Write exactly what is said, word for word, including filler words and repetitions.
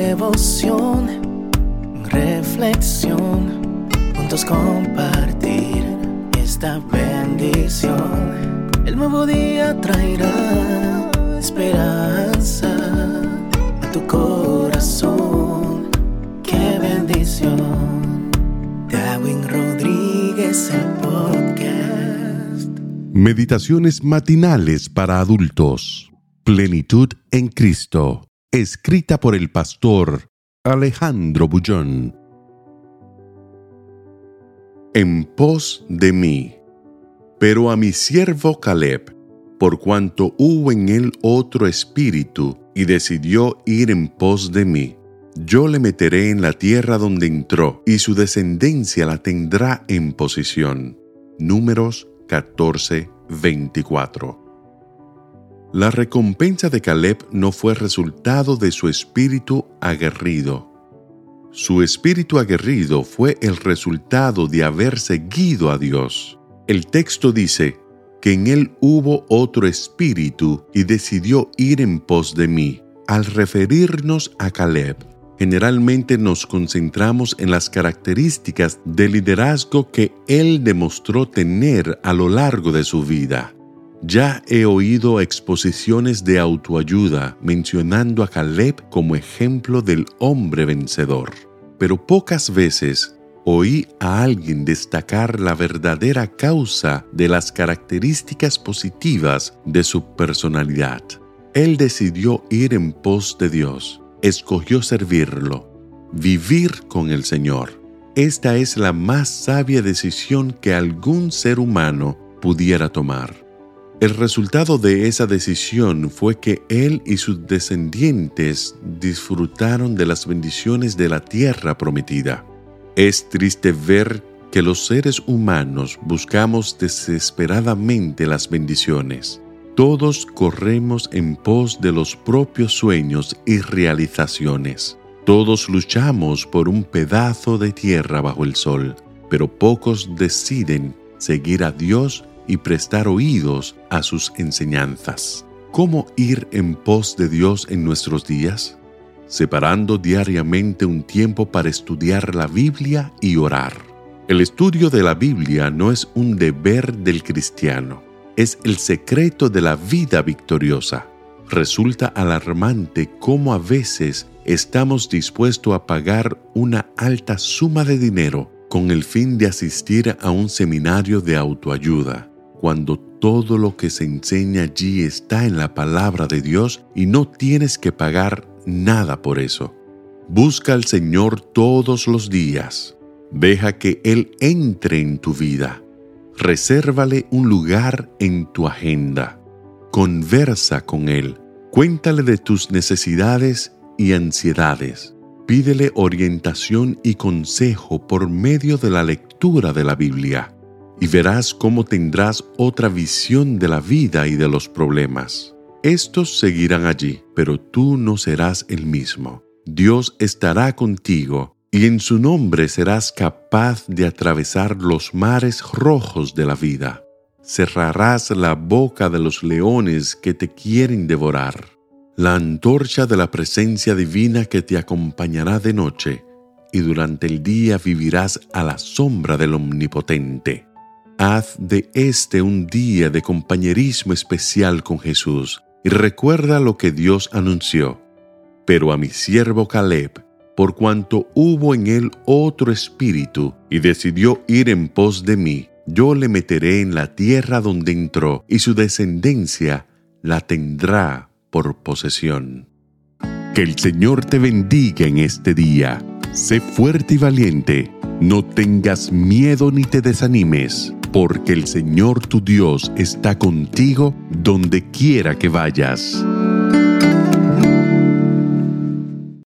devoción, reflexión, juntos compartir esta bendición. El nuevo día traerá esperanza a tu corazón. ¡Qué bendición! Darwin Rodríguez, el podcast. Meditaciones matinales para adultos. Plenitud en Cristo. Escrita por el pastor Alejandro Bullón. En pos de mí. Pero a mi siervo Caleb, por cuanto hubo en él otro espíritu, y decidió ir en pos de mí, yo le meteré en la tierra donde entró, y su descendencia la tendrá en posesión. Números catorce, veinticuatro. La recompensa de Caleb no fue resultado de su espíritu aguerrido. Su espíritu aguerrido fue el resultado de haber seguido a Dios. El texto dice que en él hubo otro espíritu y decidió ir en pos de mí. Al referirnos a Caleb, generalmente nos concentramos en las características de liderazgo que él demostró tener a lo largo de su vida. Ya he oído exposiciones de autoayuda mencionando a Caleb como ejemplo del hombre vencedor, pero pocas veces oí a alguien destacar la verdadera causa de las características positivas de su personalidad. Él decidió ir en pos de Dios, escogió servirlo, vivir con el Señor. Esta es la más sabia decisión que algún ser humano pudiera tomar. El resultado de esa decisión fue que él y sus descendientes disfrutaron de las bendiciones de la tierra prometida. Es triste ver que los seres humanos buscamos desesperadamente las bendiciones. Todos corremos en pos de los propios sueños y realizaciones. Todos luchamos por un pedazo de tierra bajo el sol, pero pocos deciden seguir a Dios y prestar oídos a sus enseñanzas. ¿Cómo ir en pos de Dios en nuestros días? Separando diariamente un tiempo para estudiar la Biblia y orar. El estudio de la Biblia no es un deber del cristiano, es el secreto de la vida victoriosa. Resulta alarmante cómo a veces estamos dispuestos a pagar una alta suma de dinero con el fin de asistir a un seminario de autoayuda, cuando todo lo que se enseña allí está en la palabra de Dios y no tienes que pagar nada por eso. Busca al Señor todos los días. Deja que Él entre en tu vida. Resérvale un lugar en tu agenda. Conversa con Él. Cuéntale de tus necesidades y ansiedades. Pídele orientación y consejo por medio de la lectura de la Biblia. Y verás cómo tendrás otra visión de la vida y de los problemas. Estos seguirán allí, pero tú no serás el mismo. Dios estará contigo, y en su nombre serás capaz de atravesar los mares rojos de la vida. Cerrarás la boca de los leones que te quieren devorar. La antorcha de la presencia divina que te acompañará de noche, y durante el día vivirás a la sombra del Omnipotente. Haz de este un día de compañerismo especial con Jesús y recuerda lo que Dios anunció. Pero a mi siervo Caleb, por cuanto hubo en él otro espíritu y decidió ir en pos de mí, yo le meteré en la tierra donde entró y su descendencia la tendrá por posesión. Que el Señor te bendiga en este día. Sé fuerte y valiente. No tengas miedo ni te desanimes, porque el Señor tu Dios está contigo donde quiera que vayas.